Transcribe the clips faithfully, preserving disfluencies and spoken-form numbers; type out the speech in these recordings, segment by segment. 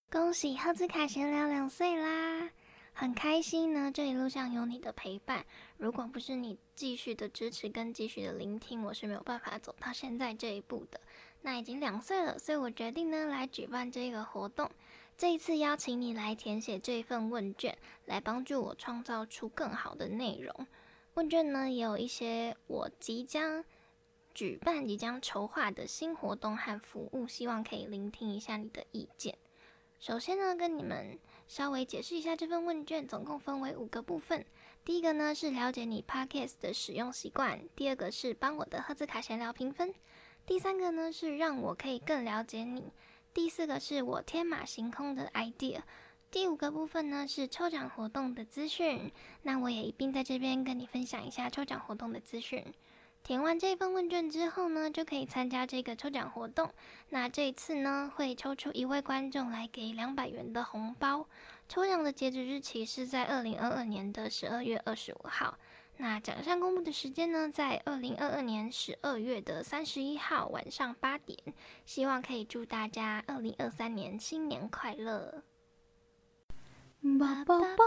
恭喜赫兹卡闲聊两岁啦！很开心呢，这一路上有你的陪伴。如果不是你继续的支持跟继续的聆听，我是没有办法走到现在这一步的。那已经两岁了，所以我决定呢来举办这个活动。这一次邀请你来填写这份问卷，来帮助我创造出更好的内容。问卷呢也有一些我即将举办、即将筹划的新活动和服务，希望可以聆听一下你的意见。首先呢，跟你们稍微解释一下这份问卷，总共分为五个部分。第一个呢是了解你 Podcast 的使用习惯，第二个是帮我的赫兹卡闲聊评分，第三个呢是让我可以更了解你，第四个是我天马行空的 idea， 第五个部分呢是抽奖活动的资讯。那我也一并在这边跟你分享一下抽奖活动的资讯。填完这份问卷之后呢，就可以参加这个抽奖活动。那这一次呢，会抽出一位观众来给两百元的红包。抽奖的截止日期是在二零二二年的十二月二十五号。那奖项公布的时间呢，在二零二二年十二月的三十一号晚上八点。希望可以祝大家二零二三年新年快乐！爸爸爸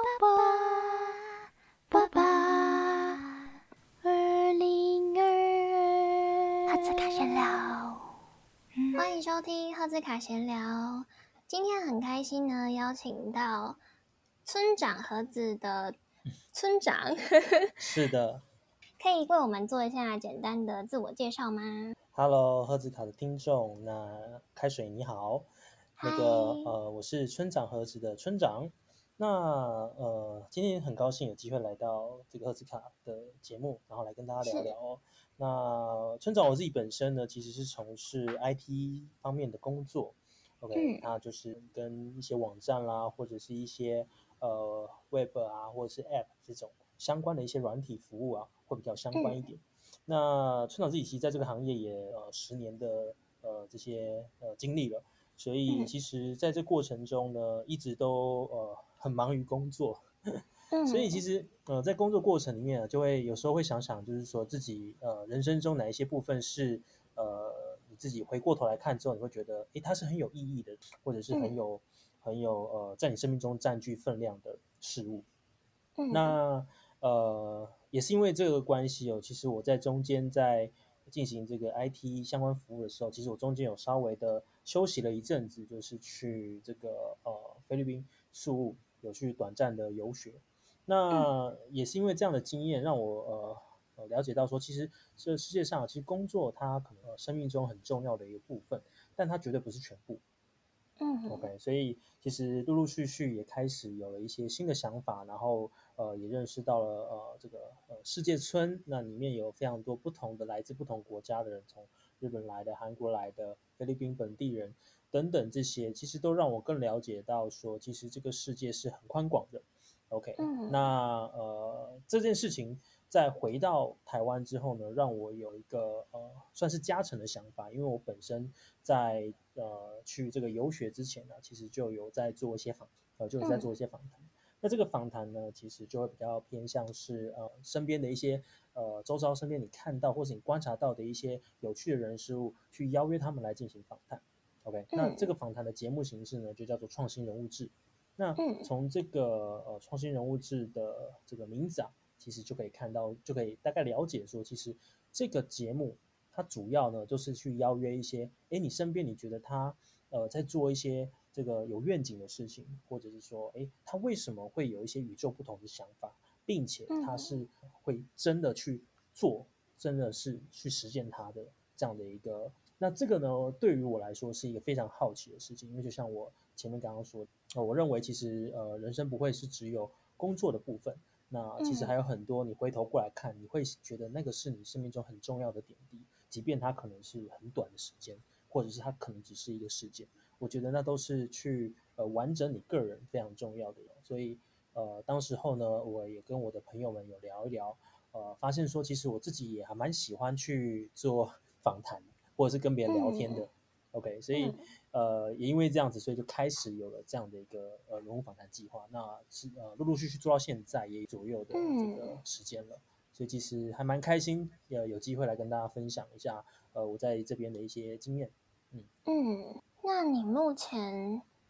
爸爸爸，二零二二，赫兹卡闲聊，欢迎收听赫兹卡闲聊。今天很开心呢，邀请到村长盒子的村长， 是的， 可以为我们做一下简单的自我介绍吗 Hello，赫兹卡的听众，那开水你好，那个嗨， 呃，我是村长盒子的村长。那呃，今天很高兴有机会来到这个赫兹卡的节目，然后来跟大家聊聊哦。那村长我自己本身呢，其实是从事 I T 方面的工作，OK， 嗯那就是跟一些网站啦，或者是一些呃 Web 啊，或者是 App 这种相关的一些软体服务啊，会比较相关一嗯点。那村长自己其实在这个行业也呃十年的呃这些呃经历了，所以嗯其实在这过程中呢，一直都呃很忙于工作，所以其嗯实呃在工作过程里面啊，就会有时候会想想，就是说自己呃人生中哪一些部分是呃你自己回过头来看之后，你会觉得诶它是很有意义的，或者是很嗯有很有呃在你生命中占据分量的事物。 嗯那呃，也是因为这个关系哦，其实我在中间在进行这个 I T 相关服务的时候，其实我中间有稍微的休息了一阵子，就是去这个呃菲律宾宿务有去短暂的游学。 嗯那也是因为这样的经验，让我呃呃了解到说，其实这世界上其实工作它可能、呃、生命中很重要的一个部分，但它绝对不是全部。 嗯 OK，所以其实陆陆续续也开始有了一些新的想法，然后呃也认识到了呃这个呃世界村，那里面有非常多不同的来自不同国家的人，从日本来的、韩国来的、菲律宾本地人等等这些，其实都让我更了解到说，其实这个世界是很宽广的。OK， 嗯那呃这件事情在回到台湾之后呢，让我有一个呃算是加成的想法，因为我本身在呃去这个游学之前呢，其实就有在做一些访呃就有在做一些访谈。那这个访谈呢，其实就会比较偏向是呃身边的一些呃周遭身边你看到或是你观察到的一些有趣的人事物，去邀约他们来进行访谈。OK，那这嗯个访谈的节目形式呢，就叫做创新人物志。那嗯从这个呃创新人物志的这个名字啊，其实就可以看到，就可以大概了解说，其实这个节目它主要呢就是去邀约一些，哎，你身边你觉得他呃在做一些这个有愿景的事情，或者是说，哎，他为什么会有一些与众不同的想法，并且他嗯是会真的去做，真的是去实践他的这样的一个。那这个呢，对于我来说是一个非常好奇的事情，因为就像我前面刚刚说，呃，我认为其实呃，人生不会是只有工作的部分，那其实还有很多，你回头过来看，你会觉得那个是你生命中很重要的点滴，即便它可能是很短的时间，或者是它可能只是一个事件，我觉得那都是去呃完整你个人非常重要的。所以呃，当时候呢，我也跟我的朋友们有聊一聊，呃，发现说其实我自己也还蛮喜欢去做访谈，或者是跟别人聊天嗯的。OK，所以嗯呃也因为这样子，所以就开始有了这样的一个呃人物访谈计划。那是呃陆陆续续做到现在也左右的这个嗯时间了，所以其实还蛮开心，呃有机会来跟大家分享一下呃我在这边的一些经验。嗯。 嗯，那你目前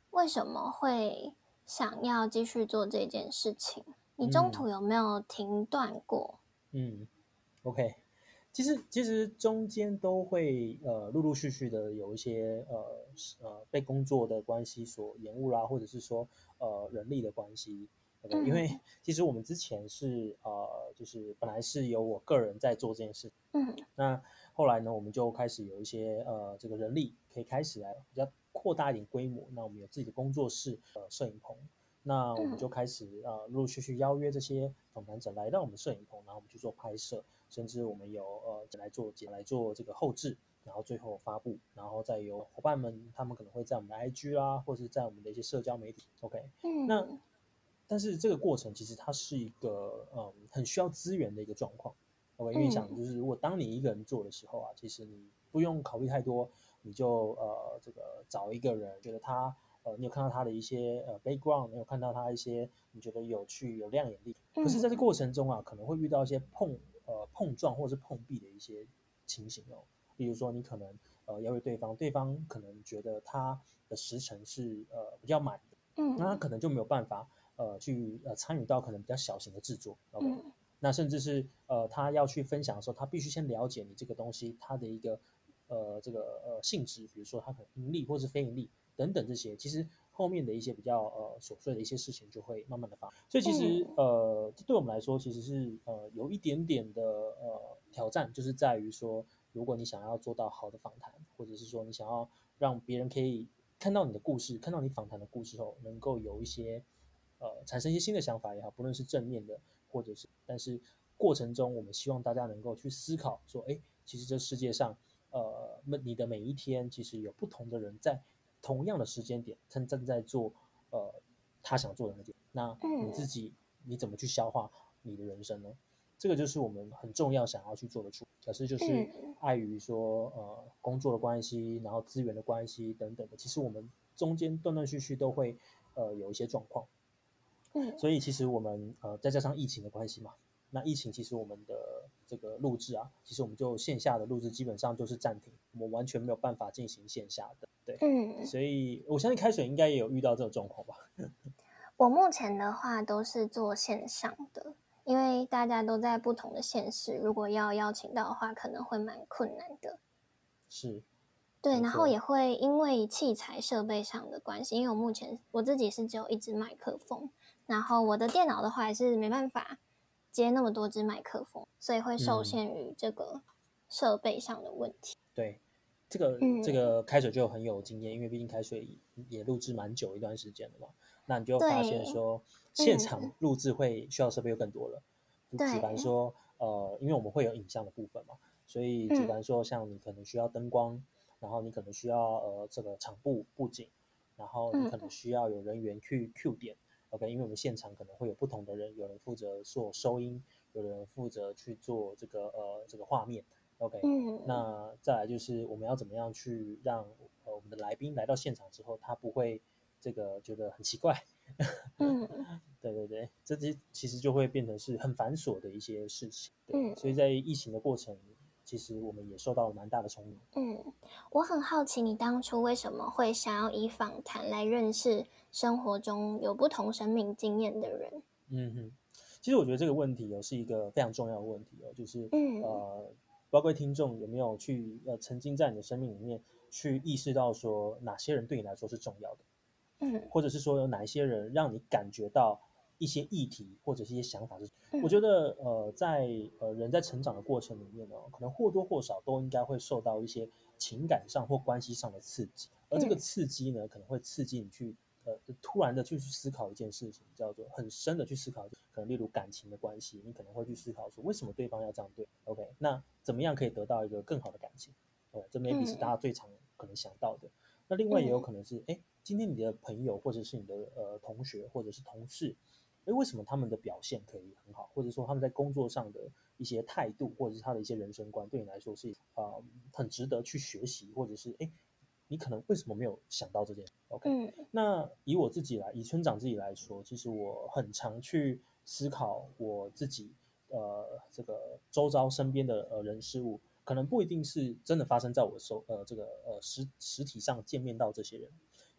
为什么会想要继续做这件事情？你中途嗯有没有停断过？ 嗯，OK。其实其实中间都会呃陆陆续续的有一些呃呃被工作的关系所延误啦，或者是说呃人力的关系。OK，因为嗯其实我们之前是呃就是本来是由我个人在做这件事， 嗯那后来呢，我们就开始有一些呃这个人力可以开始来比较扩大一点规模。那我们有自己的工作室，呃摄影棚，那我们就嗯开始呃陆陆续续邀约这些访谈者来到我们摄影棚，然后我们去做拍摄，甚至我们有呃来做来做这个后制，然后最后发布，然后再由伙伴们他们可能会在我们的 I G 啦，或是在我们的一些社交媒体。OK，那嗯但是这个过程其实它是一个嗯很需要资源的一个状况。OK，因为想嗯就是如果当你一个人做的时候啊，其实你不用考虑太多，你就呃这个找一个人，觉得他呃你有看到他的一些呃 background，你有看到他一些你觉得有趣有亮眼力，可是在这嗯过程中啊，可能会遇到一些碰呃碰撞或者是碰壁的一些情形哦。比如说你可能呃邀约对方，对方可能觉得他的时程是呃比较满的，那他嗯可能就没有办法呃去呃参与到可能比较小型的制作。OK， 嗯那甚至是呃他要去分享的时候，他必须先了解你这个东西它的一个呃这个呃性质，比如说它可能盈利或是非盈利等等这些，其实后面的一些比较呃琐碎的一些事情就会慢慢的发生。所以其实嗯呃对我们来说其实是呃有一点点的呃挑战，就是在于说，如果你想要做到好的访谈，或者是说你想要让别人可以看到你的故事，看到你访谈的故事后，能够有一些呃产生一些新的想法也好，不论是正面的，或者是，但是过程中我们希望大家能够去思考说，哎，其实这世界上，呃，你的每一天其实有不同的人在同样的时间点正正在做呃他想做的那件，那你自嗯己你怎么去消化你的人生呢？这个就是我们很重要想要去做的处，可是就是嗯碍于说呃工作的关系，然后资源的关系等等的，其实我们中间断断续续都会呃有一些状况。 嗯所以其实我们呃再加上疫情的关系嘛，那疫情其实我们的这个录制啊，其实我们就线下的录制基本上就是暂停，我们完全没有办法进行线下的。对， 嗯， 所以我相信开水应该也有遇到这种状况吧。 我目前的话都是做线上的，因为大家都在不同的县市，如果要邀请到的话，可能会蛮困难的。 是， 对， 没错。 然后也会因为器材设备上的关系，因为我目前我自己是只有一支麦克风，然后我的电脑的话也是没办法接那么多支麦克风，所以会受嗯， 限于这个设备上的问题。 对，这个这嗯， 个开水就很有经验，因为毕竟开水也录制蛮久一段时间了嘛。那你就发现对， 说，现场嗯， 录制会需要设备又更多了。就举凡对， 说，呃，因为我们会有影像的部分嘛，所以举嗯凡说，像你可能需要灯光，然后你可能需要呃这个场布布景，然后你可能嗯需要有人员去 Q 点。OK，因为我们现场可能会有不同的人，有人负责做收音，有人负责去做这个呃这个画面。OK， 嗯那再来就是我们要怎么样去让呃我们的来宾来到现场之后，他不会这个觉得很奇怪。 嗯对对对，这些其实就会变成是很繁琐的一些事情。对， 嗯所以在疫情的过程，其实我们也受到了蛮大的冲击。 嗯，我很好奇，你当初为什么会想要以访谈来认识生活中有不同生命经验的人？ 嗯哼，其实我觉得这个问题哦是一个非常重要的问题哦，就是嗯呃，不知道各位听众有没有去呃曾经在你的生命里面去意识到说哪些人对你来说是重要的。 嗯或者是说有哪一些人让你感觉到一些议题或者是一些想法是，我觉嗯得呃在呃人在成长的过程里面呢，可能或多或少都应该会受到一些情感上或关系上的刺激，而这个嗯刺激呢，可能会刺激你去呃突然的去思考一件事情，叫做很深的去思考，可能例如感情的关系，你可能会去思考说为什么对方要这样对，OK，那怎么样可以得到一个更好的感情？呃，这 maybe 是大嗯家最常可能想到的。那另外也有嗯可能是，哎，今天你的朋友或者是你的呃同学或者是同事，哎，为什么他们的表现可以很好，或者说他们在工作上的一些态度，或者是他的一些人生观，对你来说是呃很值得去学习，或者是哎，你可能为什么没有想到这件事？OK， 嗯那以我自己来，以村长自己来说，其实我很常去思考我自己呃这个周遭身边的呃人事物。可能不一定是真的发生在我手呃这个呃实实体上见面到这些人，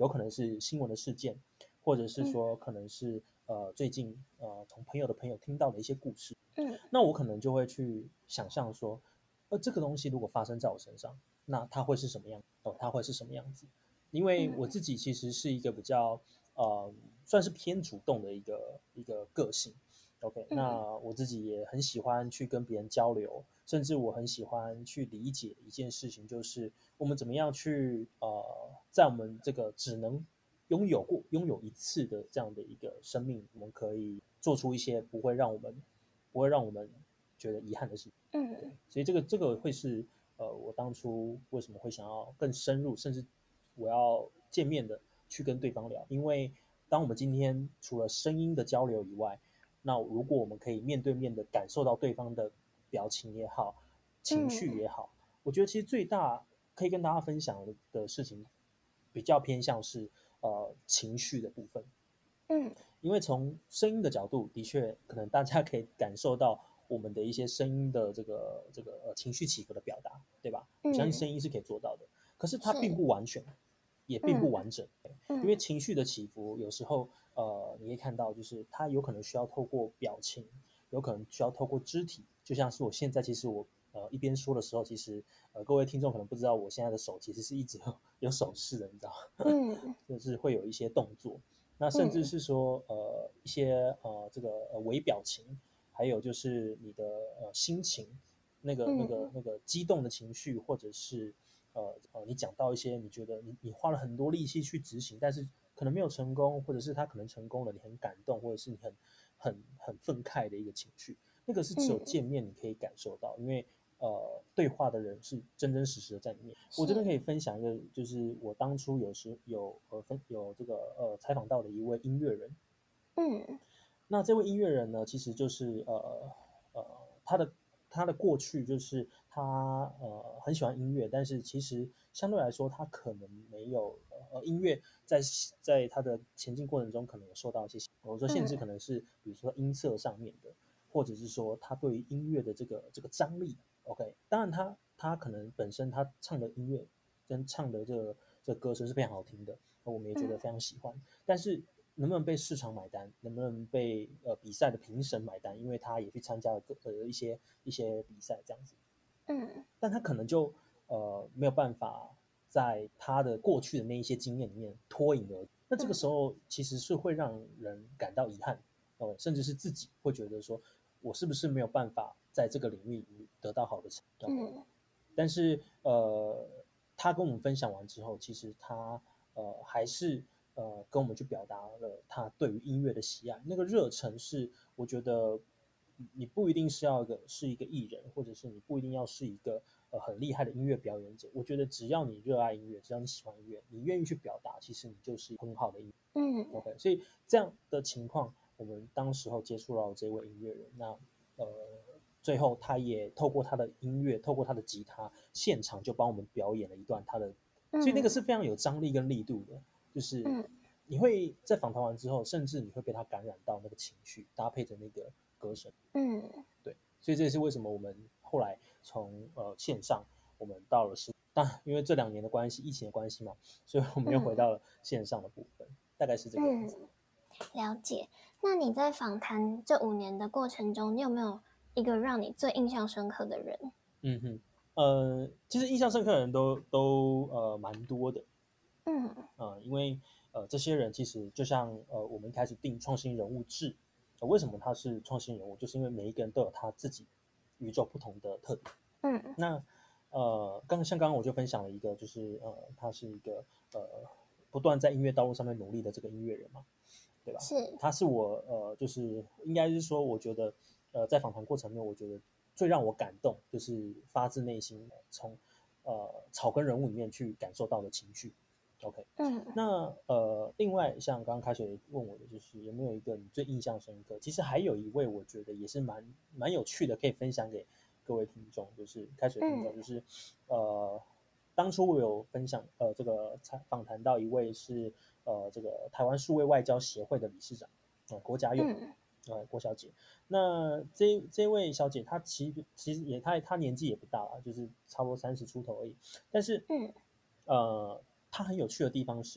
有可能是新闻的事件，或者是说可能是呃最近呃从朋友的朋友听到的一些故事。 嗯那我可能就会去想象说，呃，这个东西如果发生在我身上，那它会是什么样？哦，它会是什么样子？因为我嗯自己其实是一个比较呃，算是偏主动的一个一个个性。OK， 嗯那我自己也很喜欢去跟别人交流，甚至我很喜欢去理解一件事情，就是我们怎么样去呃，在我们这个只能拥有过拥有一次的这样的一个生命，我们可以做出一些不会让我们不会让我们觉得遗憾的事情。对， 嗯所以这个这个会是呃，我当初为什么会想要更深入，甚至我要见面的去跟对方聊，因为当我们今天除了声音的交流以外，那如果我们可以面对面的感受到对方的表情也好，情绪嗯也好，我觉得其实最大可以跟大家分享的事情，比较偏向是呃情绪的部分。 嗯因为从声音的角度，的确可能大家可以感受到我们的一些声音的这个这个呃情绪起伏的表达，对吧？我相信声嗯， 音是可以做到的，可是它并是， 不完全，也并不嗯完整，因为嗯情绪的起伏有时候呃你可以看到，就是它有可能需要透过表情，有可能需要透过肢体，就像是我现在其实我呃一边说的时候，其实呃各位听众可能不知道，我现在的手其实是一直有有手势的，你知道吗？ 嗯就是会有一些动作。那甚至嗯是说，呃，一些呃这个呃微表情，还有就是你的呃心情，那个那个嗯那个激动的情绪，或者是呃呃你讲到一些你觉得你你花了很多力气去执行，但是可能没有成功，或者是他可能成功了，你很感动，或者是你很很很愤慨的一个情绪，那个是只有嗯， 见面你可以感受到，因为呃对话的人是真真实实的在里面。我这边可以是， 分享一个，就是我当初有时有呃分有这个呃采访到的一位音乐人。 嗯那这位音乐人呢，其实就是呃呃他的他的过去就是他呃很喜欢音乐，但是其实相对来说他可能没有呃音乐在在他的前进过程中可能有受到一些我说限制，可嗯能是比如说音色上面的，或者是说他对于音乐的这个这个张力。OK，当然他他可能本身他唱的音乐跟唱的这个这个歌声是非常好听的，我们也觉得嗯非常喜欢，但是能不能被市场买单，能不能被呃比赛的评审买单？因为他也去参加了各呃一些一些比赛这样子， 嗯但他可能就呃没有办法在他的过去的那一些经验里面脱颖而出。那这个时嗯候其实是会让人感到遗憾，呃，甚至是自己会觉得说，我是不是没有办法在这个领域得到好的成绩？OK， 嗯但是呃，他跟我们分享完之后，其实他呃还是呃跟我们去表达了他对于音乐的喜爱，那个热忱是我觉得你不一定是要一个是一个艺人，或者是你不一定要是一个呃很厉害的音乐表演者。我觉得只要你热爱音乐，只要你喜欢音乐，你愿意去表达，其实你就是很好的音乐。 嗯 OK，所以这样的情况，我们当时候接触到这位音乐人，那呃，最后他也透过他的音乐，透过他的吉他，现场就帮我们表演了一段他的，所以那个嗯是非常有张力跟力度的，就是嗯你会在访谈完之后，甚至你会被他感染到那个情绪，搭配着那个歌声。 嗯对，所以这也是为什么我们后来从呃线上，我们到了是，但因为这两年的关系，疫情的关系嘛，所以我们又回嗯到了线上的部分，大概是这个样子。 嗯，了解。那你在访谈这五年的过程中，你有没有一个让你最印象深刻的人？ 嗯哼，呃，其实印象深刻的人都都呃蛮多的。 嗯呃，因为呃这些人其实就像呃我们一开始定创新人物志，呃为什么他是创新人物，就是因为每一个人都有他自己与众不同的特点。 嗯那呃，刚像刚刚我就分享了一个，就是呃，他是一个呃不断在音乐道路上面努力的这个音乐人嘛，对吧？ 是他是我呃，就是应该是说，我觉得呃，在访谈过程中，我觉得最让我感动，就是发自内心从呃草根人物里面去感受到的情绪。OK， 嗯那呃，另外像刚刚开水问我的，就是有没有一个你最印象深刻？其实还有一位，我觉得也是蛮蛮有趣的，可以分享给各位听众，就是开水听众， 嗯就是呃，当初我有分享呃这个采访谈到一位是呃这个台湾数位外交协会的理事长啊、呃、郭家佑。 嗯呃，郭小姐，那这这位小姐，她其实其实也她她年纪也不大了，就是差不多三十出头而已。但是， 嗯呃，她很有趣的地方是，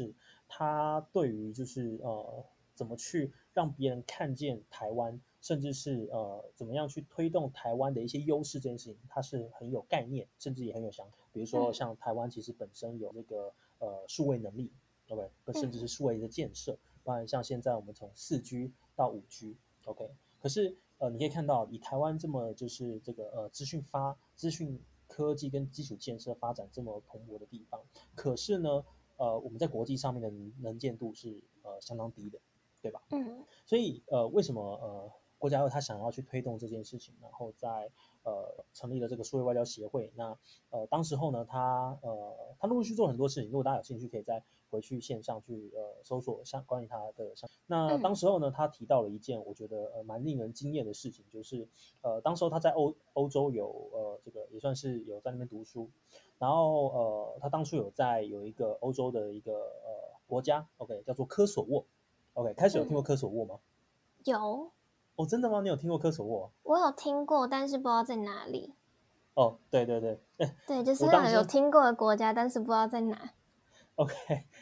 他对于就是呃怎么去让别人看见台湾，甚至是呃怎么样去推动台湾的一些优势这件事情，他是很有概念，甚至也很有想法。比如说像台湾其实本身有这个呃数位能力，OK，甚至是数位的建设，包含像现在我们从四 G 到五 G，OK，可是呃你可以看到以台湾这么就是这个呃资讯发资讯科技跟基础建设发展这么蓬勃的地方，可是呢，呃，我们在国际上面的能见度是呃相当低的，对吧？ 嗯所以呃，为什么呃国家二他想要去推动这件事情，然后在呃成立了这个数位外交协会？那呃当时候呢，他呃他陆陆续做了很多事情，如果大家有兴趣，可以再回去线上去呃搜索相关于他的相。那当嗯时候呢，他提到了一件我觉得呃蛮令人惊艳的事情，就是呃当时候他在欧欧洲有呃这个也算是有在那边读书，然后呃他当初有在有一个欧洲的一个呃国家，OK 叫做科索沃，OK 开始有听过嗯， 科索沃吗？ 有， 哦，真的吗？你有听过科索沃？ 我有听过，但是不知道在哪里。 哦，对对对，哎， 对，就是我当时有听过的国家，但是不知道在哪。 OK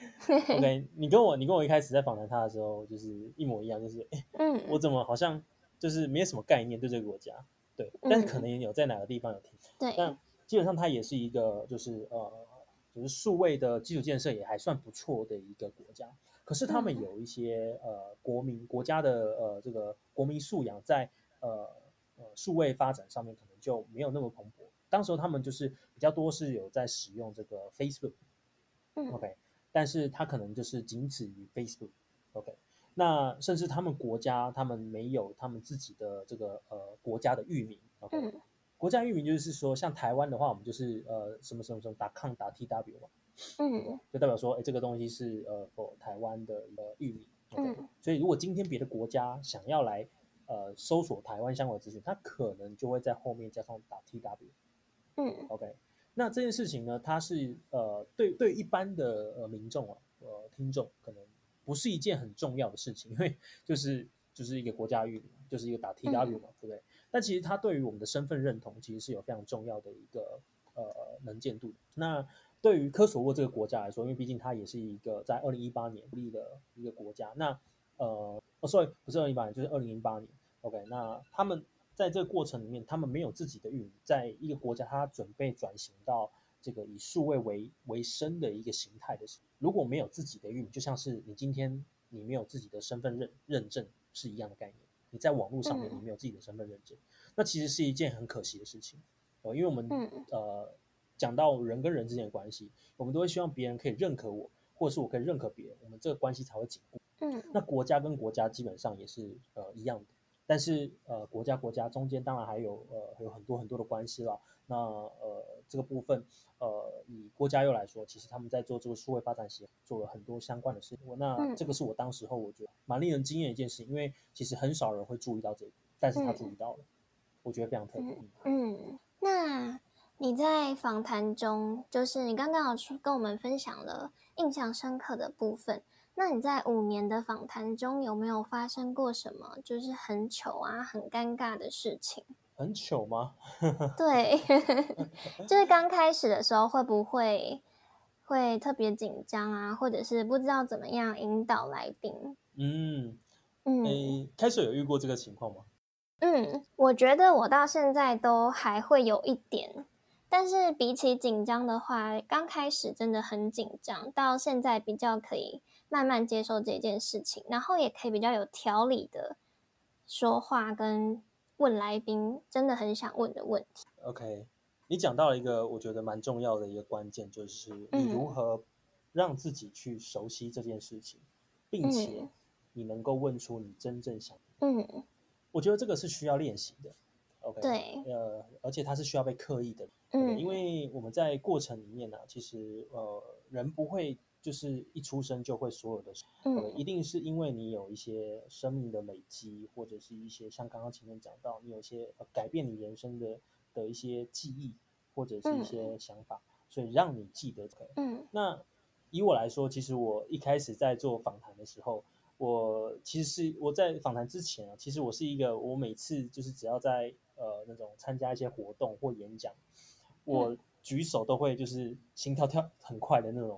OK，你跟我你跟我一开始在访谈他的时候，就是一模一样，就是哎，我嗯怎么好像就是没有什么概念对这个国家，对，但是可嗯， 能有在哪个地方有听。 对， 那基本上它也是一个就是呃，就是数位的基础建设也还算不错的一个国家。可是他们嗯有一些呃国民国家的呃这个国民素养在呃呃数位发展上面可能就没有那么蓬勃。当时候他们就是比较多是有在使用这个 Facebook。 嗯 OK，但是它可能就是仅此于 Facebook，OK，那甚至他们国家他们没有他们自己的这个呃国家的域名，OK， 嗯国家域名就是说像台湾的话，我们就是呃什么什么什么打 com 打 tw 嘛， 嗯就代表说，哎，这个东西是呃否台湾的一个域名，OK， 嗯所以如果今天别的国家想要来呃搜索台湾相关的资讯，它可能就会在后面加上打 tw， 嗯 OK，那这件事情呢，它是呃对对一般的呃民众啊，呃听众可能不是一件很重要的事情，因为就是就是一个国家域名，就是一个打 T W 嗯嘛，对不对？但其实它对于我们的身份认同其实是有非常重要的一个呃能见度的。那对于科索沃这个国家来说，因为毕竟它也是一个在二零一八年独立的一个国家，那呃哦，sorry，不是二零一八年，就是二零零八年。OK，那他们在这个过程里面，他们没有自己的运营，在一个国家，它准备转型到这个以数位为为生的一个形态的时候，如果没有自己的运营，就像是你今天你没有自己的身份认认证是一样的概念。你在网络上面你嗯没有自己的身份认证，那其实是一件很可惜的事情。呃，因为我们嗯呃讲到人跟人之间的关系，我们都会希望别人可以认可我，或者是我可以认可别人，我们这个关系才会紧固。 嗯那国家跟国家基本上也是呃一样的，但是呃国家国家中间当然还有呃有很多很多的关系啦。那呃这个部分呃以国家又来说，其实他们在做这个数位发展协做了很多相关的事情。那这个嗯是我当时候我觉得蛮令人惊艳的一件事情，因为其实很少人会注意到这个，但是他注嗯意到了，我觉得非常特别。 嗯嗯。那你在访谈中，就是你刚刚有去跟我们分享了印象深刻的部分。那你在五年的访谈中，有没有发生过什么就是很糗啊、很尴尬的事情？ 很糗吗？ 对，就是刚开始的时候会不会会特别紧张啊，或者是不知道怎么样引导来宾？ 嗯， 嗯诶，开水有遇过这个情况吗？ 嗯，我觉得我到现在都还会有一点，但是比起紧张的话，刚开始真的很紧张，到现在比较可以慢慢接受这件事情，然后也可以比较有条理的说话跟问来宾真的很想问的问题。 OK，你讲到了一个我觉得蛮重要的一个关键，就是你如嗯何让自己去熟悉这件事情，并且嗯你能够问出你真正想， 嗯， 我觉得这个是需要练习的。OK， 对， 呃，而且它是需要被刻意的。OK，因嗯为我们在过程里面呢、其实呃人不会就是一出生就会所有的事。OK，一嗯定是因为你有一些生命的累积，或者是一些像刚刚前面讲到，你有一些、呃、改变你人生的的一些记忆，或者是一嗯些想法，所以让你记得。OK， 嗯那以我来说，其实我一开始在做访谈的时候，我其实是我在访谈之前啊，其实我是一个，我每次就是只要在呃那种参加一些活动或演讲，我嗯举手都会就是心跳跳很快的那种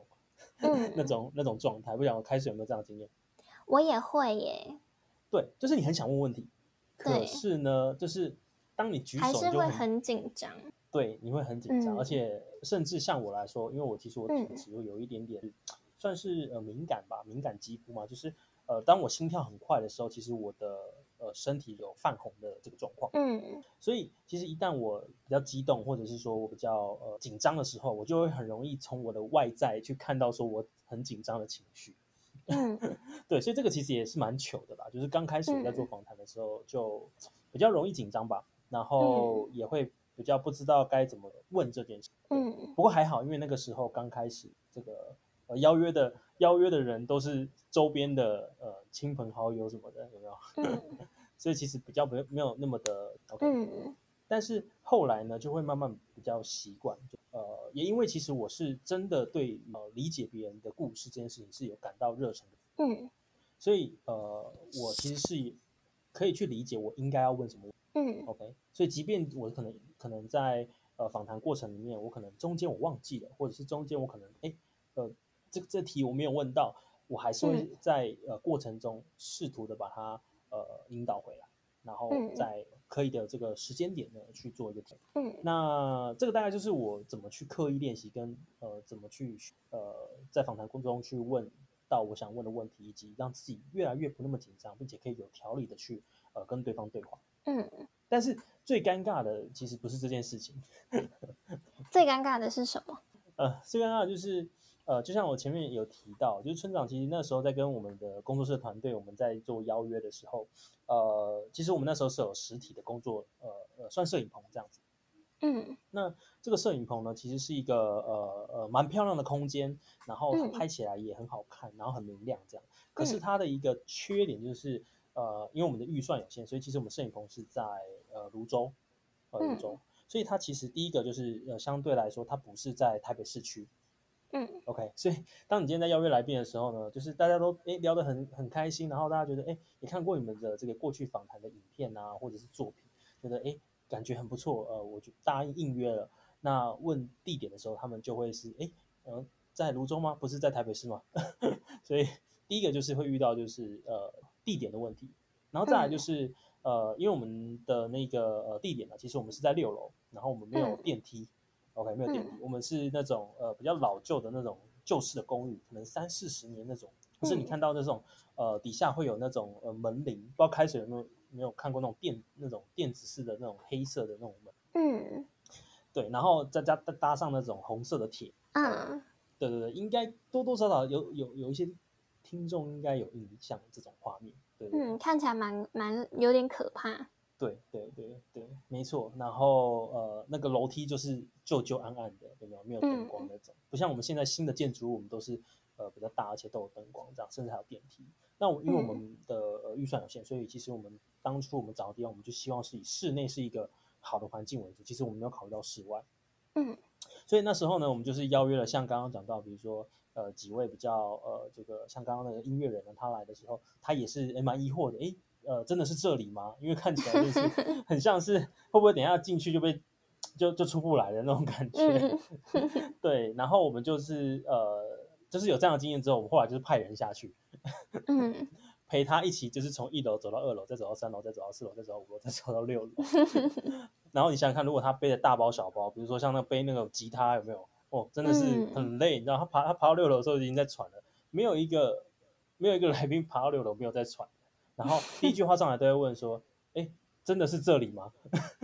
嗯， 那种那种状态。不晓得开始有没有这样的经验？ 我也会耶。 对，就是你很想问问题，可对， 是呢，就是当你举还手，你就很是会很紧张。 对，你会很紧张，而嗯且甚至像我来说，因为我其实我体嗯质会有一点点算是呃敏感吧，敏感肌肤嘛，就是呃当我心跳很快的时候，其实我的呃身体有泛红的这个状况。 嗯所以其实一旦我比较激动，或者是说我比较呃紧张的时候，我就会很容易从我的外在去看到说我很紧张的情绪。 嗯对，所以这个其实也是蛮糗的啦，就是刚开始我在做嗯访谈的时候就比较容易紧张吧，然嗯后也会比较不知道该怎么问这件事。对， 嗯不过还好，因为那个时候刚开始这个呃邀约的邀约的人都是周边的呃亲朋好友什么的，有没有？ 嗯所以其实比较没有没有那么的 OK。 嗯但是后来呢，就会慢慢比较习惯，就呃，也因为其实我是真的对呃理解别人的故事这件事情是有感到热忱的， 嗯所以呃，我其实是可以去理解我应该要问什么嗯 ，OK。所以即便我可能可能在呃访谈过程里面，我可能中间我忘记了，或者是中间我可能哎呃这这题我没有问到，我还是嗯会在呃过程中试图的把它呃引导回来，然后嗯在可以的这个时间点呢去做一个调。 嗯那这个大概就是我怎么去刻意练习，跟呃怎么去呃在访谈过程中去问到我想问的问题，以及让自己越来越不那么紧张，并且可以有条理的去呃跟对方对话。 嗯， 但是最尴尬的其实不是这件事情， 最尴尬的是什么？ 呃，最尴尬的就是呃，就像我前面有提到，就是村长其实那时候在跟我们的工作室团队，我们在做邀约的时候，呃，其实我们那时候是有实体的工作，呃呃，算摄影棚这样子。 嗯那这个摄影棚呢，其实是一个呃呃蛮漂亮的空间，然后它嗯拍起来也很好看，然后很明亮这样。可是嗯它的一个缺点就是，呃，因为我们的预算有限，所以其实我们摄影棚是在呃泸州，呃泸嗯州，所以它其实第一个就是呃相对来说，它不是在台北市区。 嗯 OK，所以当你今天在邀约来宾的时候呢，就是大家都诶聊得很很开心，然后大家觉得诶也看过你们的这个过去访谈的影片啊，或者是作品，觉得诶感觉很不错，呃，我就答应应约了。那问地点的时候，他们就会是诶，呃，在泸州吗？不是在台北市吗？所以第一个就是会遇到就是呃地点的问题，然后再来就嗯是呃，因为我们的那个呃地点呢，其实我们是在六楼，然后我们没有嗯电梯。OK，没有电梯， 嗯我们是那种呃比较老旧的那种旧式的公寓，可能三四十年那种。可是你嗯看到那种呃底下会有那种呃门铃，不知道开水有没有没有看过那种电那种电子式的那种黑色的那种门， 嗯对，然后再加搭上那种红色的铁，呃， 嗯对对对，应该多多少少有有有一些听众应该有印象这种画面，对对对。 嗯，看起来蛮蛮有点可怕。 对对对对，没错。然后呃，那个楼梯就是旧旧暗暗的，有没有没有灯光嗯那种？不像我们现在新的建筑物，我们都是呃比较大，而且都有灯光，这样甚至还有电梯。那我因为我嗯们的呃预算有限，所以其实我们当初我们找的地方，我们就希望是以室内是一个好的环境为主。其实我们没有考虑到室外， 嗯所以那时候呢，我们就是邀约了像刚刚讲到，比如说呃几位比较呃这个像刚刚那个音乐人呢，他来的时候，他也是诶蛮疑惑的，诶呃真的是这里吗？因为看起来就是很像是会不会等一下进去就被就就出不来的那种感觉。 嗯对，然后我们就是呃就是有这样的经验之后，我们后来就是派人下去嗯陪他一起，就是从一楼走到二楼，再走到三楼，再走到四楼，再走到五楼，再走到六楼。然后你想想看，如果他背着大包小包，比如说像那背那个吉他，有没有？哦，真的是嗯很累。你知道，他爬他爬到六楼的时候已经在喘了，没有一个没有一个来宾爬到六楼没有在喘。然后第一句话上来都会问说：“哎，真的是这里吗？”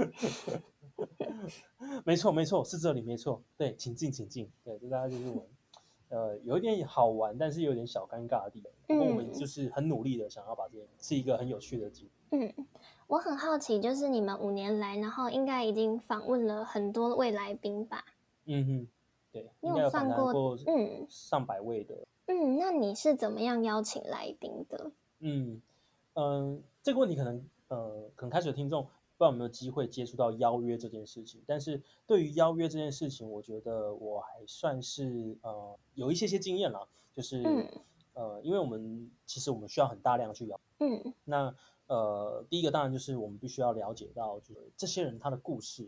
没错，没错，是这里，没错。对，请进，请进。对，这大概就是我们呃有一点好玩，但是有点小尴尬的地方。不过我们就嗯是很努力的想要把这件是一个很有趣的经历。 嗯，我很好奇，就是你们五年来，然后应该已经访问了很多位来宾吧？ 嗯哼，对， 你有应该有访算过？ 谈过嗯上百位的。 嗯，那你是怎么样邀请来宾的？ 嗯嗯、呃这个问题可能呃，可能开始的听众不知道有没有机会接触到邀约这件事情，但是对于邀约这件事情，我觉得我还算是呃有一些些经验啦，就是嗯呃，因为我们其实我们需要很大量去邀， 嗯那呃，第一个当然就是我们必须要了解到，就是这些人他的故事，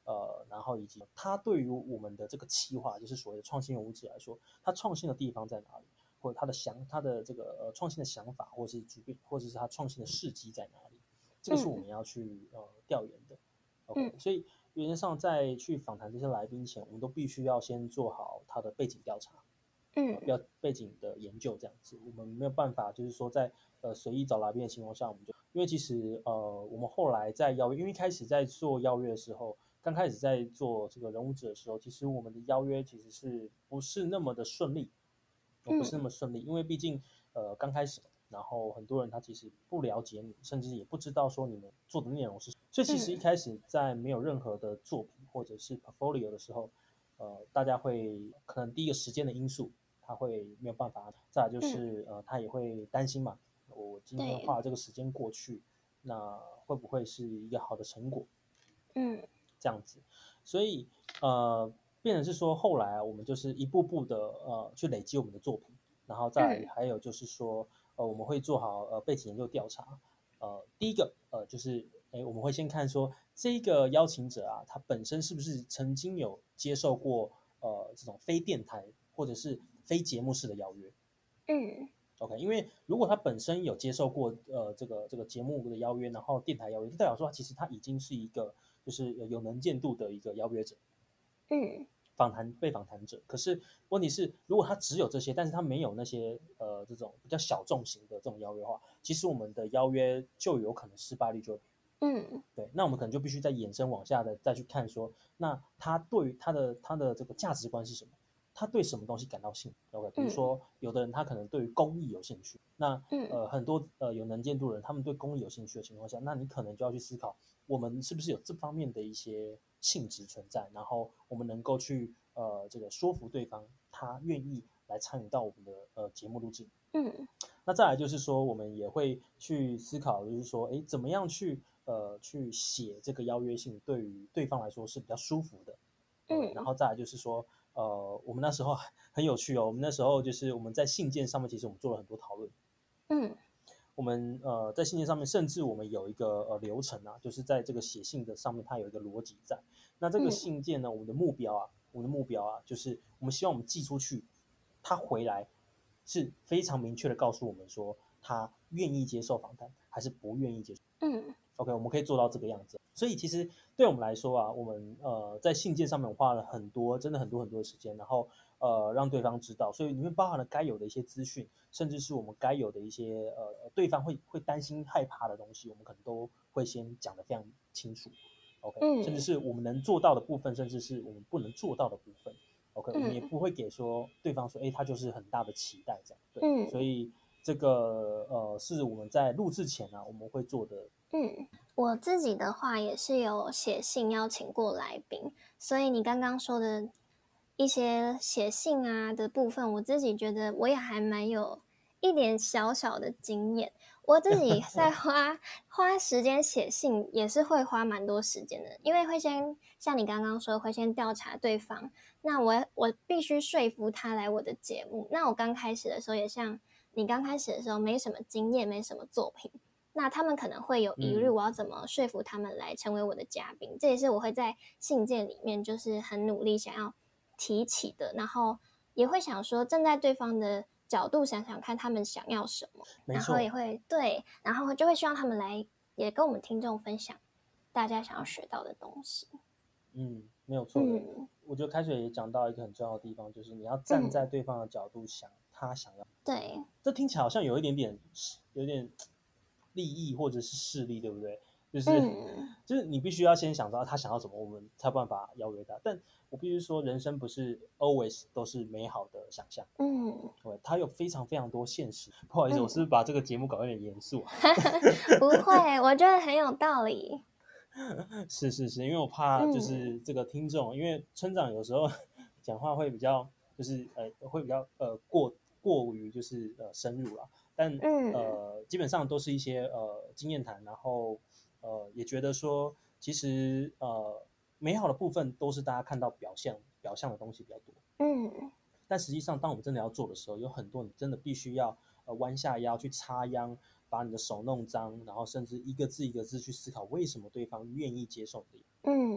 呃，然后以及他对于我们的这个企划，就是所谓的创新人物志来说，他创新的地方在哪里，或者他的想他的这个呃创新的想法，或是主编，或者是他创新的事迹在哪里，这个是我们要去呃调研的。OK， 嗯所以原则上在去访谈这些来宾前，我们都必须要先做好他的背景调查。 嗯呃，背景的研究这样子，我们没有办法，就是说在呃随意找来宾的情况下，我们就因为其实呃我们后来在邀约，因为一开始在做邀约的时候，刚开始在做这个人物志的时候，其实我们的邀约其实是不是那么的顺利，呃、不是那么顺利，因为毕竟呃刚开始，然后很多人他其实不了解你，甚至也不知道说你们做的内容是什么，所以其实一开始在没有任何的作品或者是 portfolio 的时候，呃大家会可能第一个时间的因素。他会没有办法，再来就是、嗯、呃，他也会担心嘛，我今天花了这个时间过去，那会不会是一个好的成果？ 嗯， 这样子，所以呃，变成是说后来啊，我们就是一步步的呃去累积我们的作品，然后再来还有就是说呃我们会做好呃背景研究调查，呃第一个呃就是哎我们会先看说这个邀请者啊，他本身是不是曾经有接受过呃这种非电台或者是非节目式的邀约。 嗯 OK，因为如果他本身有接受过呃这个这个节目的邀约，然后电台邀约，就代表说他其实他已经是一个就是有能见度的一个邀约者， 嗯， 访谈被访谈者。可是问题是，如果他只有这些，但是他没有那些呃这种比较小众型的这种邀约的话，其实我们的邀约就有可能失败率就嗯对，那我们可能就必须再延伸往下的再去看说，那他对于他的他的这个价值观是什么？他对什么东西感到兴趣 ？OK，比如说有的人他可能对于公益有兴趣，那呃很多呃有能见度的人，他们对公益有兴趣的情况下，那你可能就要去思考，我们是不是有这方面的一些性质存在，然后我们能够去呃这个说服对方，他愿意来参与到我们的呃节目录制。 嗯那再来就是说，我们也会去思考，就是说，哎，怎么样去呃去写这个邀约信，对于对方来说是比较舒服的。OK，然后再来就是说，呃，我们那时候很有趣哦，我们那时候就是我们在信件上面，其实我们做了很多讨论。 嗯， 我们呃在信件上面，甚至我们有一个呃流程啊，就是在这个写信的上面，它有一个逻辑在。那这个信件呢，我们的目标啊，我们的目标啊，就是我们希望我们寄出去，他回来是非常明确的告诉我们说，他愿意接受访谈，还是不愿意接受。 嗯 OK，我们可以做到这个样子。所以其实对我们来说啊，我们呃在信件上面花了很多，真的很多很多的时间，然后呃让对方知道，所以里面包含了该有的一些资讯，甚至是我们该有的一些呃对方会会担心害怕的东西，我们可能都会先讲得非常清楚。OK， 嗯甚至是我们能做到的部分，甚至是我们不能做到的部分。OK，我们也不会给说对方说，哎，他就是很大的期待这样。对， 嗯所以这个呃是我们在录制前呢、啊，我们会做的。 嗯，我自己的话也是有写信邀请过来宾，所以你刚刚说的一些写信啊的部分，我自己觉得我也还蛮有一点小小的经验。我自己在花花时间写信，也是会花蛮多时间的，因为会先像你刚刚说，会先调查对方，那我我必须说服他来我的节目。那我刚开始的时候，也像你刚开始的时候，没什么经验，没什么作品。那他们可能会有疑虑，我要怎么说服他们来成为我的嘉宾？嗯、这也是我会在信件里面就是很努力想要提起的，然后也会想说站在对方的角度想想看他们想要什么，然后也会对，然后就会希望他们来也跟我们听众分享大家想要学到的东西。 嗯，没有错的。嗯、我觉得开水也讲到一个很重要的地方，就是你要站在对方的角度想他想要。 对， 这听起来好像有一点点有点利益或者是势利，对不对？就是、嗯、就是你必须要先想到他想要什么，我们才有办法邀约他。但我必须说，人生不是 always 都是美好的想象，嗯，对，他有非常非常多现实。不好意思，嗯、我是不是把这个节目搞得有点严肃啊？ 不会，我觉得很有道理。 是是是，因为我怕就是这个听众，嗯、因为村长有时候讲话会比较就是呃会比较呃过过于就是呃深入啦。但、嗯、呃，基本上都是一些呃经验谈，然后呃也觉得说，其实呃美好的部分都是大家看到表象表象的东西比较多，嗯，但实际上当我们真的要做的时候，有很多你真的必须要呃弯下腰去插秧，把你的手弄脏，然后甚至一个字一个字去思考为什么对方愿意接受你。嗯，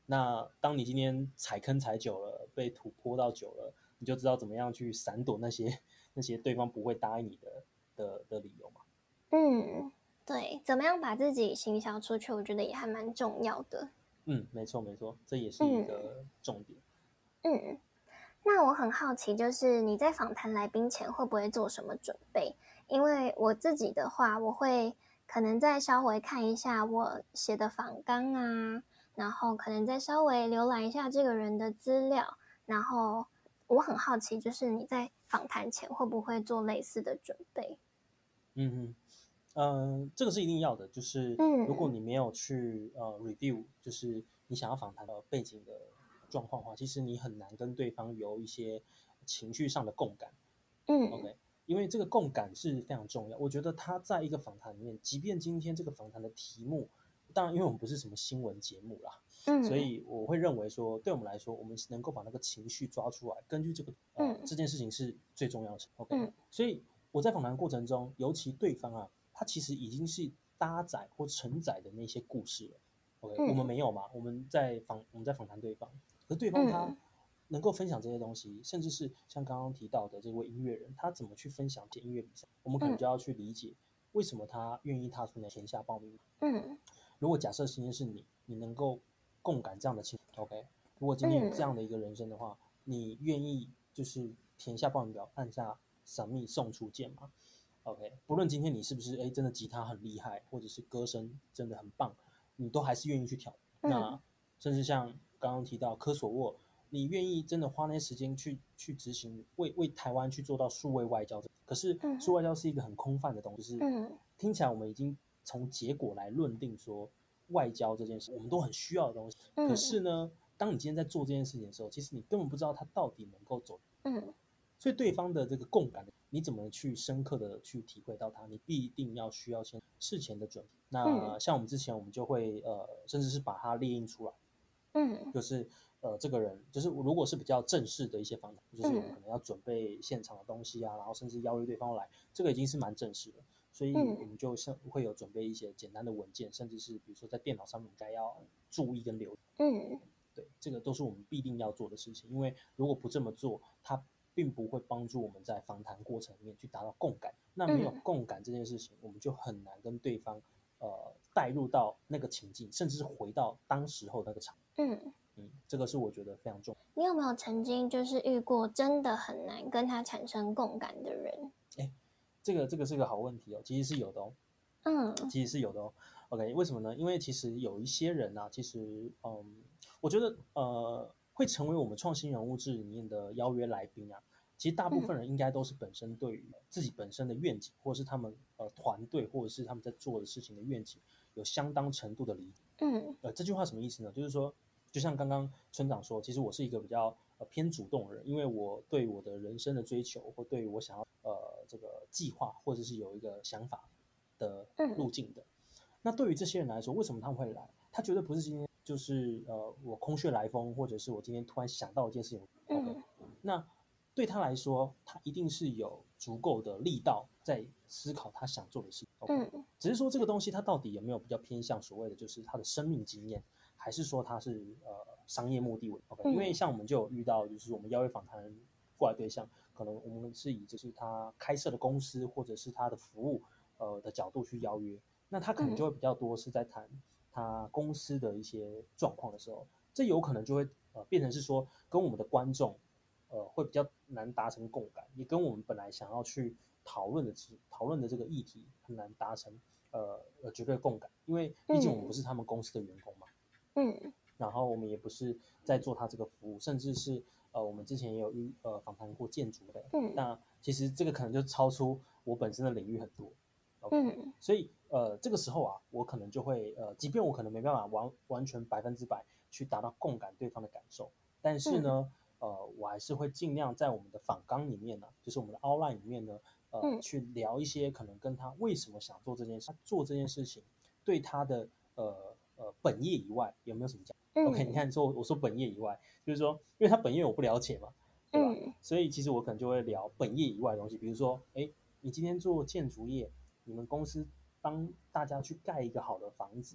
那当你今天踩坑踩久了，被土泼到久了，你就知道怎么样去闪躲那些那些对方不会答应你的的的理由嘛。 嗯，对，怎么样把自己行销出去，我觉得也还蛮重要的。 嗯，没错没错，这也是一嗯个重点。 嗯，那我很好奇，就是你在访谈来宾前会不会做什么准备？因为我自己的话，我会可能再稍微看一下我写的访纲啊，然后可能再稍微浏览一下这个人的资料，然后我很好奇，就是你在访谈前会不会做类似的准备？ 嗯哼。呃，这个是一定要的，就是如果嗯你没有去呃 review，就是你想要访谈的背景的状况的话，其实你很难跟对方有一些情绪上的共感。 嗯 OK，因为这个共感是非常重要。我觉得他在一个访谈里面，即便今天这个访谈的题目，当然因为我们不是什么新闻节目啦，所嗯以我会认为说，对我们来说，我们能够把那个情绪抓出来，根据这个呃嗯这件事情是最重要的。OK， 嗯所以我在访谈过程中，尤其对方啊，他其实已经是搭载或承载的那些故事了。OK，我们嗯没有嘛，我们在访我们在访谈对方，可是对方他嗯能够分享这些东西，甚至是像刚刚提到的这位音乐人，他怎么去分享这音乐比赛，我们可能嗯就要去理解为什么他愿意踏出那填下报名。 嗯如果假设今天是你，你能够共感这样的情，OK，如果今天有这样嗯的一个人生的话，你愿意就是填下报名表，按下 submit 送出键吗？OK，不论今天你是不是哎真的吉他很厉害，或者是歌声真的很棒，你都还是愿意去挑。 嗯那甚至像刚刚提到科索沃，你愿意真的花那些时间去去执行，为为台湾去做到数位外交。可是数位外交是一个很空泛的东西，就是嗯听起来我们已经从结果来论定说外交这件事，我们都很需要的东西。可嗯是呢，当你今天在做这件事情的时候，其实你根本不知道它到底能够走。 嗯所以对方的这个共感，你怎么去深刻的去体会到它？你必定要需要先事前的准备。 嗯那像我们之前，我们就会呃，甚至是把它列印出来， 嗯就是呃，这个人就是如果是比较正式的一些访谈，就是我们可嗯能要准备现场的东西啊，然后甚至邀约对方来，这个已经是蛮正式的。所以我嗯们就是会有准备一些简单的文件，甚至是比如说在电脑上面应该要注意跟留意。 嗯对，这个都是我们必定要做的事情，因为如果不这么做，它并不会帮助我们在访谈过程里面去达到共感。那没有嗯共感这件事情，我们就很难跟对方呃带入到那个情境，甚至是回到当时候那个场。 嗯， 嗯，这个是我觉得非常重要。 你有没有曾经就是遇过真的很难跟他产生共感的人？ 哎，这个这个是个好问题哦，其实是有的哦， 嗯其实是有的哦。OK，为什么呢？因为其实有一些人啊，其实嗯，我觉得呃，会成为我们创新人物志里面的邀约来宾啊，其实大部嗯分人应该都是本身对于自己本身的愿景，或者是他们呃团队，或者是他们在做的事情的愿景，有相当程度的理解。 嗯呃，这句话什么意思呢？就是说，就像刚刚村长说，其实我是一个比较呃偏主动的人，因为我对我的人生的追求，或对于我想要呃这个计划，或者是有一个想法的路嗯径的。那对于这些人来说，为什么他们会来？他绝对不是今天就是呃我空穴来风，或者是我今天突然想到一件事情。OK， 嗯那对他来说，他一定是有足够的力道在思考他想做的事。OK， 嗯只是说这个东西它到底有没有比较偏向所谓的就是他的生命经验，还是说他是呃商业目的为 OK？因为嗯像我们就有遇到，就是我们邀约访谈过来对象，可能我们是以就是他开设的公司或者是他的服务呃的角度去邀约。那他可能就会比较多是在谈他公司的一些状况的时候，这有可能就会呃变成是说跟我们的观众呃会比较难达成共感，也跟我们本来想要去讨论的讨论的这个议题很难达成呃呃绝对共感，因为毕竟我们不是他们公司的员工嘛， 嗯然后我们也不是在做他这个服务，甚至是呃我们之前也有遇呃访谈过建筑的， 嗯那其实这个可能就超出我本身的领域很多。OK， 嗯所以呃，这个时候啊，我可能就会呃，即便我可能没办法完完全百分之百去达到共感对方的感受，但是嗯呢，呃，我还是会尽量在我们的访纲里面呢，就是我们的 outline 里面呢，呃， 嗯去聊一些可能跟他为什么想做这件事，他做这件事情对他的呃呃本业以外有没有什么价值？OK，你看说我说本业以外，就是说，因为他本业我不了解嘛，对吧？ 嗯所以其实我可能就会聊本业以外的东西，比如说，哎，你今天做建筑业。你们公司帮大家去盖一个好的房子，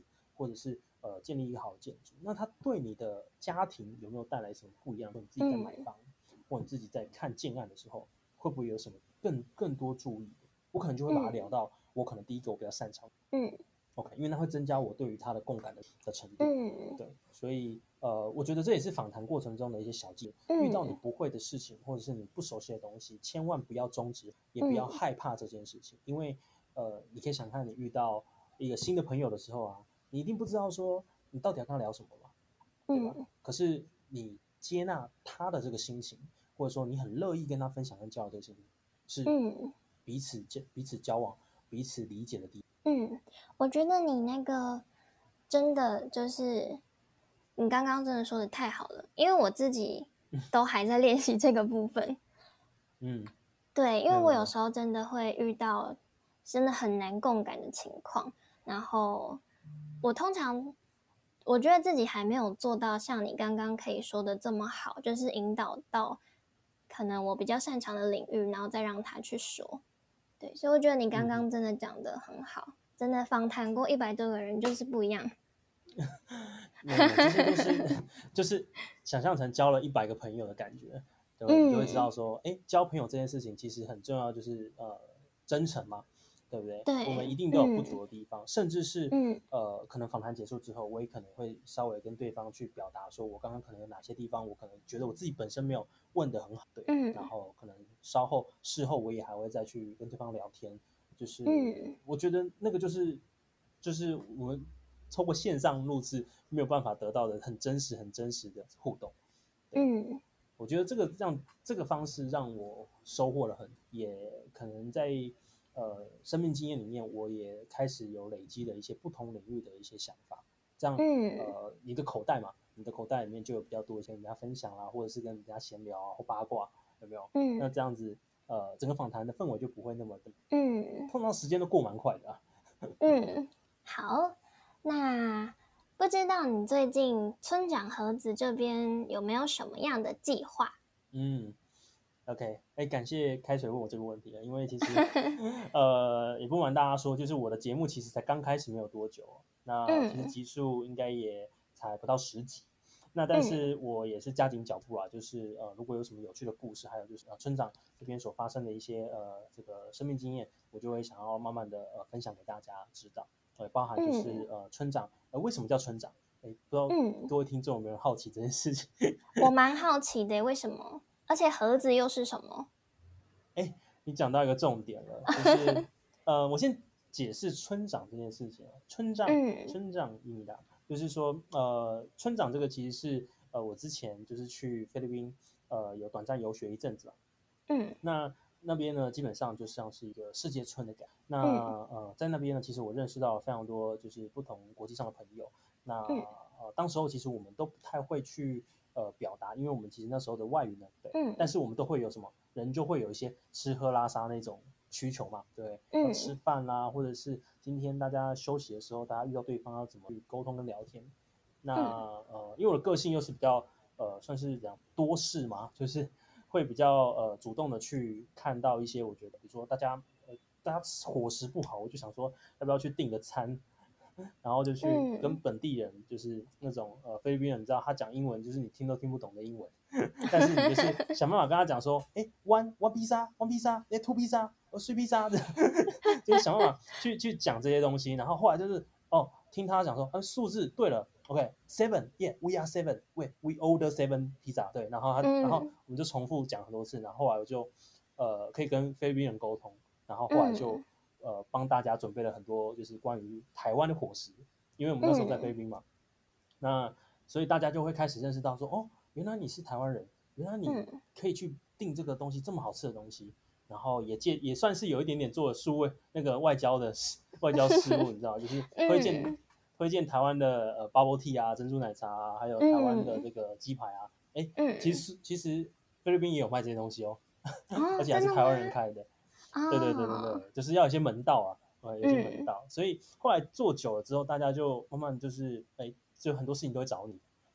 或者是呃建立一个好的建筑，那它对你的家庭有没有带来什么不一样？你自己在买房、嗯、或你自己在看建案的时候，会不会有什么更更多注意的？我可能就会把它聊到、嗯、我可能第一个我比较擅长，嗯 ，OK， 因为它会增加我对于它的共感 的, 的程度，嗯，对，所以呃，我觉得这也是访谈过程中的一些小技巧、嗯。遇到你不会的事情，或者是你不熟悉的东西，千万不要终止，也不要害怕这件事情，嗯、因为呃，你可以想看你遇到一个新的朋友的时候啊，你一定不知道说你到底要跟他聊什么嘛，对吧？嗯、可是你接纳他的这个心情，或者说你很乐意跟他分享跟交流这个心情，是彼此、嗯、彼此交往、彼此理解的地方。 嗯，我觉得你那个真的就是你刚刚真的说的太好了，因为我自己都还在练习这个部分。嗯，对，因为我有时候真的会遇到真的很难共感的情况，然后我通常我觉得自己还没有做到像你刚刚可以说的这么好，就是引导到可能我比较擅长的领域，然后再让他去说。对，所以我觉得你刚刚真的讲得很好，嗯、真的访谈过一百多个人就是不一样。 没有，这些都是就是想象成交了一百个朋友的感觉，对不对？嗯、你就会知道说，哎，交朋友这件事情其实很重要，就是呃真诚嘛，对不对？对，我们一定都有不足的地方，嗯、甚至是、嗯、呃可能访谈结束之后，我也可能会稍微跟对方去表达说，我刚刚可能有哪些地方，我可能觉得我自己本身没有问得很好，对，嗯、然后可能稍后事后我也还会再去跟对方聊天，就是、嗯、我觉得那个就是就是我们透过线上录制没有办法得到的很真实、很真实的互动。嗯，我觉得这个让这个方式让我收获了很，也可能在呃生命经验里面，我也开始有累积了一些不同领域的一些想法。这样，嗯、呃，你的口袋嘛，你的口袋里面就有比较多一些人家分享啊，或者是跟人家闲聊啊或八卦，有没有？嗯，那这样子，呃，整个访谈的氛围就不会那么的，嗯，碰到时间都过蛮快的啊。 嗯，好，那不知道你最近村长盒子这边有没有什么样的计划？ 嗯 ，OK， 哎，感谢开水问我这个问题了，因为其实呃也不瞒大家说，就是我的节目其实才刚开始没有多久，那其实集数应该也才不到十集。那但是我也是加紧脚步啊，就是呃，如果有什么有趣的故事，还有就是呃村长这边所发生的一些呃这个生命经验，我就会想要慢慢的呃分享给大家知道，呃，包含就是呃村长呃为什么叫村长？哎，不知道各位听众有没有好奇这件事情？ 我蛮好奇的，为什么？而且盒子又是什么？ 哎，你讲到一个重点了，就是呃，我先解释村长这件事情。村长，嗯、村长伊米达，就是说呃，村长这个其实是呃我之前就是去菲律宾呃有短暂游学一阵子嘛，嗯，那那边呢基本上就像是一个世界村的感觉。那、嗯、呃在那边呢，其实我认识到非常多就是不同国际上的朋友。那、嗯、呃当时候其实我们都不太会去呃表达，因为我们其实那时候的外语呢，对，嗯，但是我们都会有什么人就会有一些吃喝拉撒那种需求嘛，对，嗯、要吃饭啦，或者是今天大家休息的时候，大家遇到对方要怎么去沟通跟聊天。那、嗯、呃，因为我的个性又是比较呃算是讲多事嘛，就是会比较呃主动的去看到一些我觉得，比如说大家呃大家伙食不好，我就想说要不要去订个餐。然后就去跟本地人，就是那种呃菲律宾人，你知道他讲英文就是你听都听不懂的英文，但是你就是想办法跟他讲说，哎 ，one one pizza one pizza，哎 two pizza，哦 three pizza，就是想办法去去讲这些东西，然后后来就是哦听他讲说，嗯数字对了 ，OK seven yeah we are seven we we order seven pizza， 对，然后他、嗯、然后我们就重复讲很多次，然后后来我就呃可以跟菲律宾人沟通，然后后来就。嗯呃，帮大家准备了很多，就是关于台湾的伙食，因为我们那时候在菲律宾嘛，嗯、那所以大家就会开始认识到说，哦，原来你是台湾人，原来你可以去订这个东西，这么好吃的东西，然后也借也算是有一点点做了数位那个外交的外交事务，你知道，就是推荐、嗯、推荐台湾的呃 bubble tea 啊，珍珠奶茶啊，还有台湾的这个鸡排啊，哎、嗯，其实其实菲律宾也有卖这些东西哦，哦而且还是台湾人开的。对对对对对，就是要有些门道啊，呃，有些门道，嗯、所以后来做久了之后，大家就慢慢就是，哎，就很多事情都会找你，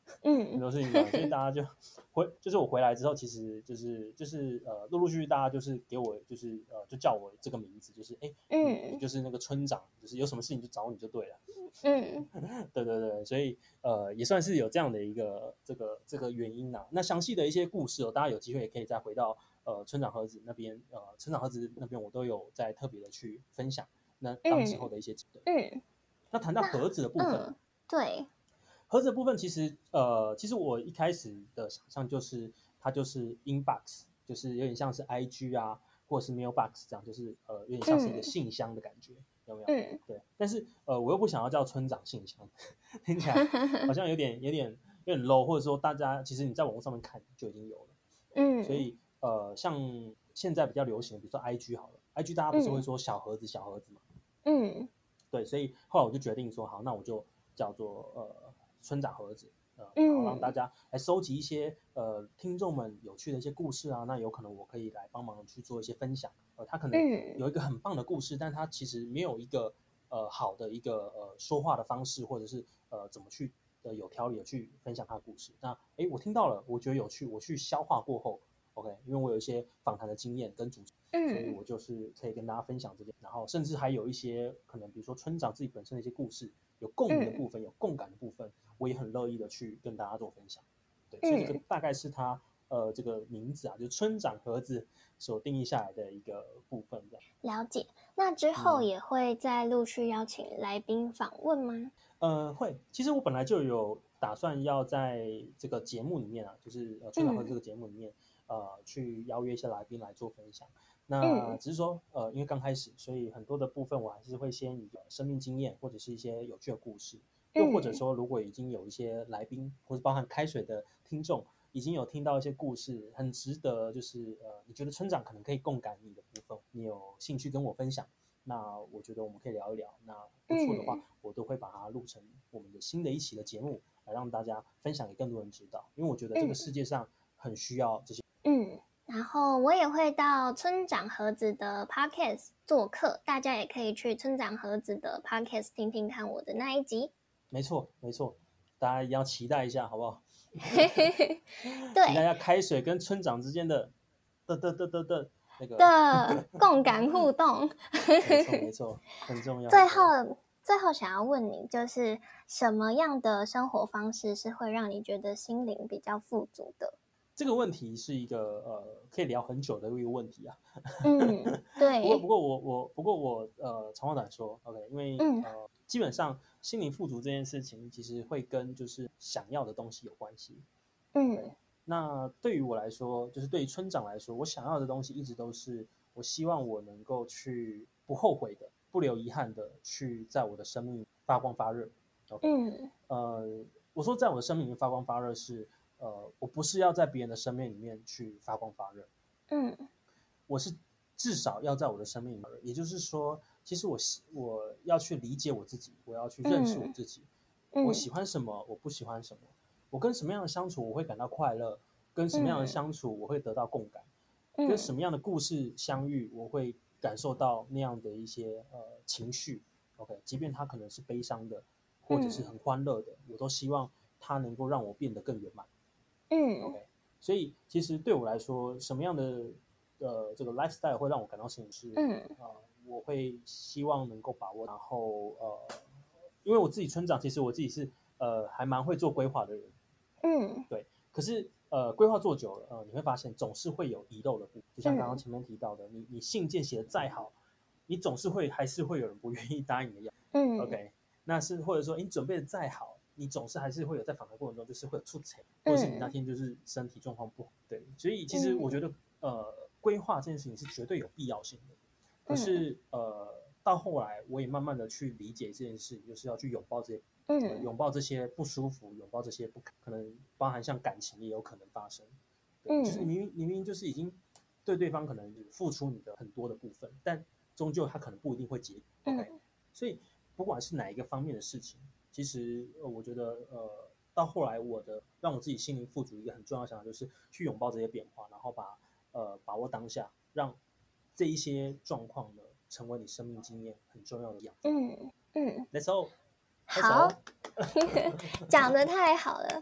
嗯， 很多事情这样，所以大家就回，就是我回来之后，其实就是就是呃，陆陆续续大家就是给我就是呃，就叫我这个名字，就是哎，你你就是那个村长，就是有什么事情就找你就对了。 嗯， 对对对，所以呃，也算是有这样的一个这个这个原因啦。那详细的一些故事哦，大家有机会也可以再回到呃村长盒子那边，呃，村长盒子那边我都有在特别的去分享那当时候的一些记得。 嗯， 那谈到盒子的部分， 嗯，对， 盒子的部分其实呃，其实我一开始的想象就是它就是 inbox，就是有点像是 I G 啊，或者是 mailbox 这样，就是呃有点像是一个信箱的感觉，有没有？ 嗯， 对，但是呃我又不想要叫村长信箱，听起来好像有点有点有点 low，或者说大家其实你在网络上面看就已经有了， 嗯， 所以呃像现在比较流行的，比如说 I G 好了，I G 大家不是会说小盒子小盒子嘛？ 嗯， 对，所以后来我就决定说，好，那我就叫做呃村长盒子，呃，然后让大嗯， 家来收集一些呃听众们有趣的一些故事啊，那有可能我可以来帮忙去做一些分享，呃，他可能嗯， 有一个很棒的故事，但他其实没有一个呃好的一个呃说话的方式，或者是呃怎么去呃有条理的去分享他的故事。那诶，我听到了，我觉得有趣，我去消化过后，OK，因为我有一些访谈的经验跟主持。所以嗯， 我就是可以跟大家分享这些，然后甚至还有一些可能，比如说村长自己本身的一些故事，有共鸣的部分，有共感的部分，我也很乐意的去跟大家做分享。对，所以这个嗯， 大概是他呃这个名字啊，就是村长盒子所定义下来的一个部分，这样。 了解。那之后嗯， 也会再陆续邀请来宾访问吗？ 呃，会。其实我本来就有打算要在这个节目里面啊，就是呃村长盒子这嗯， 个节目里面，呃，去邀约一些来宾来做分享。那嗯， 只是说，呃，因为刚开始，所以很多的部分我还是会先以生命经验或者是一些有趣的故事，又或者嗯， 说，如果已经有一些来宾或者包含开水的听众，已经有听到一些故事，很值得，就是呃，你觉得村长可能可以共感你的部分，你有兴趣跟我分享，那我觉得我们可以聊一聊。那不错的话， 嗯， 我都会把它录成我们的新的一期的节目，来让大家分享给更多人知道。因为我觉得这个嗯， 世界上很需要这些。 嗯。然后我也会到村长盒子的 podcast 做客，大家也可以去村长盒子的 podcast 听听看我的那一集。 没错，没错，大家一定要期待一下，好不好？期待一对下开水跟村长之间的的的的的的那个。 的共感互动。 没错，没错，很重要， 最很重要。 后，最后想要问你，就是什么样的生活方式是会让你觉得心灵比较富足的？ 这个问题是一个呃可以聊很久的一个问题啊。 嗯， 不过不对， 过我我不过我呃长话短说，OK，因为嗯呃基本上心灵富足这件事情其实会跟就是想要的东西有关系。 嗯对，那对于我来说，就是对于村长来说，我想要的东西一直都是我希望我能够去不后悔的、不留遗憾的去在我的生命发光发热。OK， 嗯呃，我说在我的生命里面发光发热是呃，我不是要在别人的生命里面去发光发热， 嗯我是至少要在我的生命里面，也就是说，其实我我要去理解我自己，我要去认识我嗯自己，我嗯喜欢什么，我不喜欢什么，我跟什么样的相处我会感到快乐，跟什么样的嗯相处我会得到共感，跟什嗯么样的故事相遇我会感受到那样的一些呃情绪。OK，即便它可能是悲伤的，或者是嗯很欢乐的，我都希望它能够让我变得更圆满。 嗯 OK，所以其实对我来说，什么样的呃这个 lifestyle 会让我感到幸福是嗯呃，我会希望能够把握，然后呃，因为我自己村长，其实我自己是呃还蛮会做规划的人， 嗯对，可是呃规划做久了，呃你会发现总是会有遗漏的部分，就像刚刚嗯前面提到的，你你信件写的再好，你总是会还是会有人不愿意答应你的要嗯 ，OK，那是或者说你准备的再好。你总是还是会有在访谈过程中，就是会有出错，或者是你那嗯天就是身体状况不好，对，所以其实我觉嗯得，呃，规划这件事情是绝对有必要性的。可嗯是，呃，到后来我也慢慢的去理解这件事情，就是要去拥抱这些，呃， 嗯拥抱这些不舒服，拥抱这些不可能，包含像感情也有可能发生，对，就是你嗯明明你明明就是已经对对方可能付出你的很多的部分，但终究他可能不一定会结，OK， 嗯所以不管是哪一个方面的事情。其实呃，我觉得呃，到后来我的让我自己心灵富足一个很重要的想法，就是去拥抱这些变化，然后把呃把握当下，让这一些状况呢成为你生命经验很重要的养分。 嗯嗯， Let's go，拍好， 手。 讲的太好了。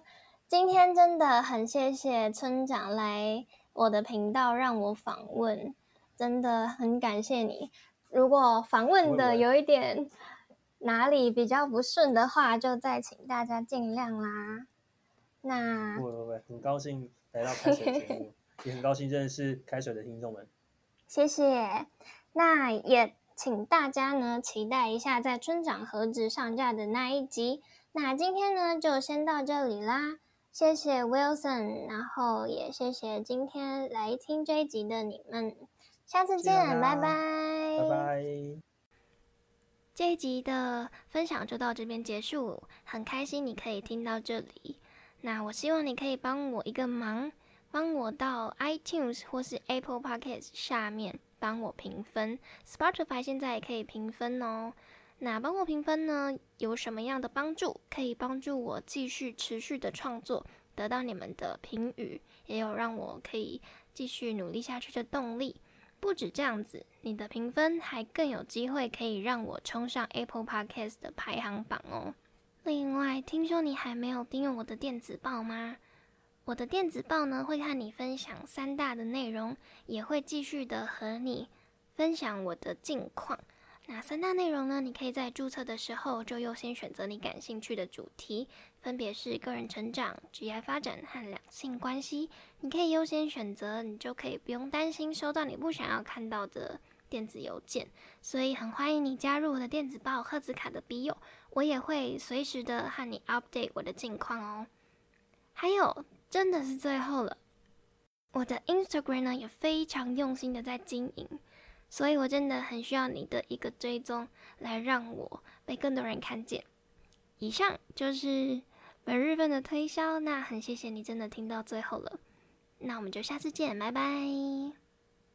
今天真的很谢谢村长来我的频道让我访问，真的很感谢你。如果访问的有一点哪里比较不顺的话，就再请大家见谅啦。那不会不会，很高兴来到开水节目，也很高兴认识开水的听众们。 谢谢。那也请大家呢期待一下在村长盒子上架的那一集。那今天呢就先到这里啦，谢谢 Wilson， 然后也谢谢今天来听这一集的你们，下次见，拜拜， 拜拜。 这一集的分享就到这边结束，很开心你可以听到这里。那我希望你可以帮我一个忙，帮我到 iTunes 或是 Apple Podcast 下面帮我评分， Spotify 现在也可以评分哦。那帮我评分呢，有什么样的帮助？可以帮助我继续持续的创作，得到你们的评语，也有让我可以继续努力下去的动力。不止这样子，你的评分还更有机会可以让我冲上 Apple Podcast 的排行榜哦。另外，听说你还没有订阅我的电子报吗？我的电子报呢，会和你分享三大的内容，也会继续的和你分享我的近况。那三大内容呢，你可以在注册的时候就优先选择你感兴趣的主题，分别是个人成长、职业发展和两性关系。你可以优先选择，你就可以不用担心收到你不想要看到的电子邮件。所以很欢迎你加入我的电子报赫兹卡的笔友，我也会随时的和你 update 我的近况哦。还有，真的是最后了，我的 Instagram 呢也非常用心的在经营，所以我真的很需要你的一个追踪，来让我被更多人看见。以上就是本日份的推销，那很谢谢你真的听到最后了，那我们就下次见，拜拜。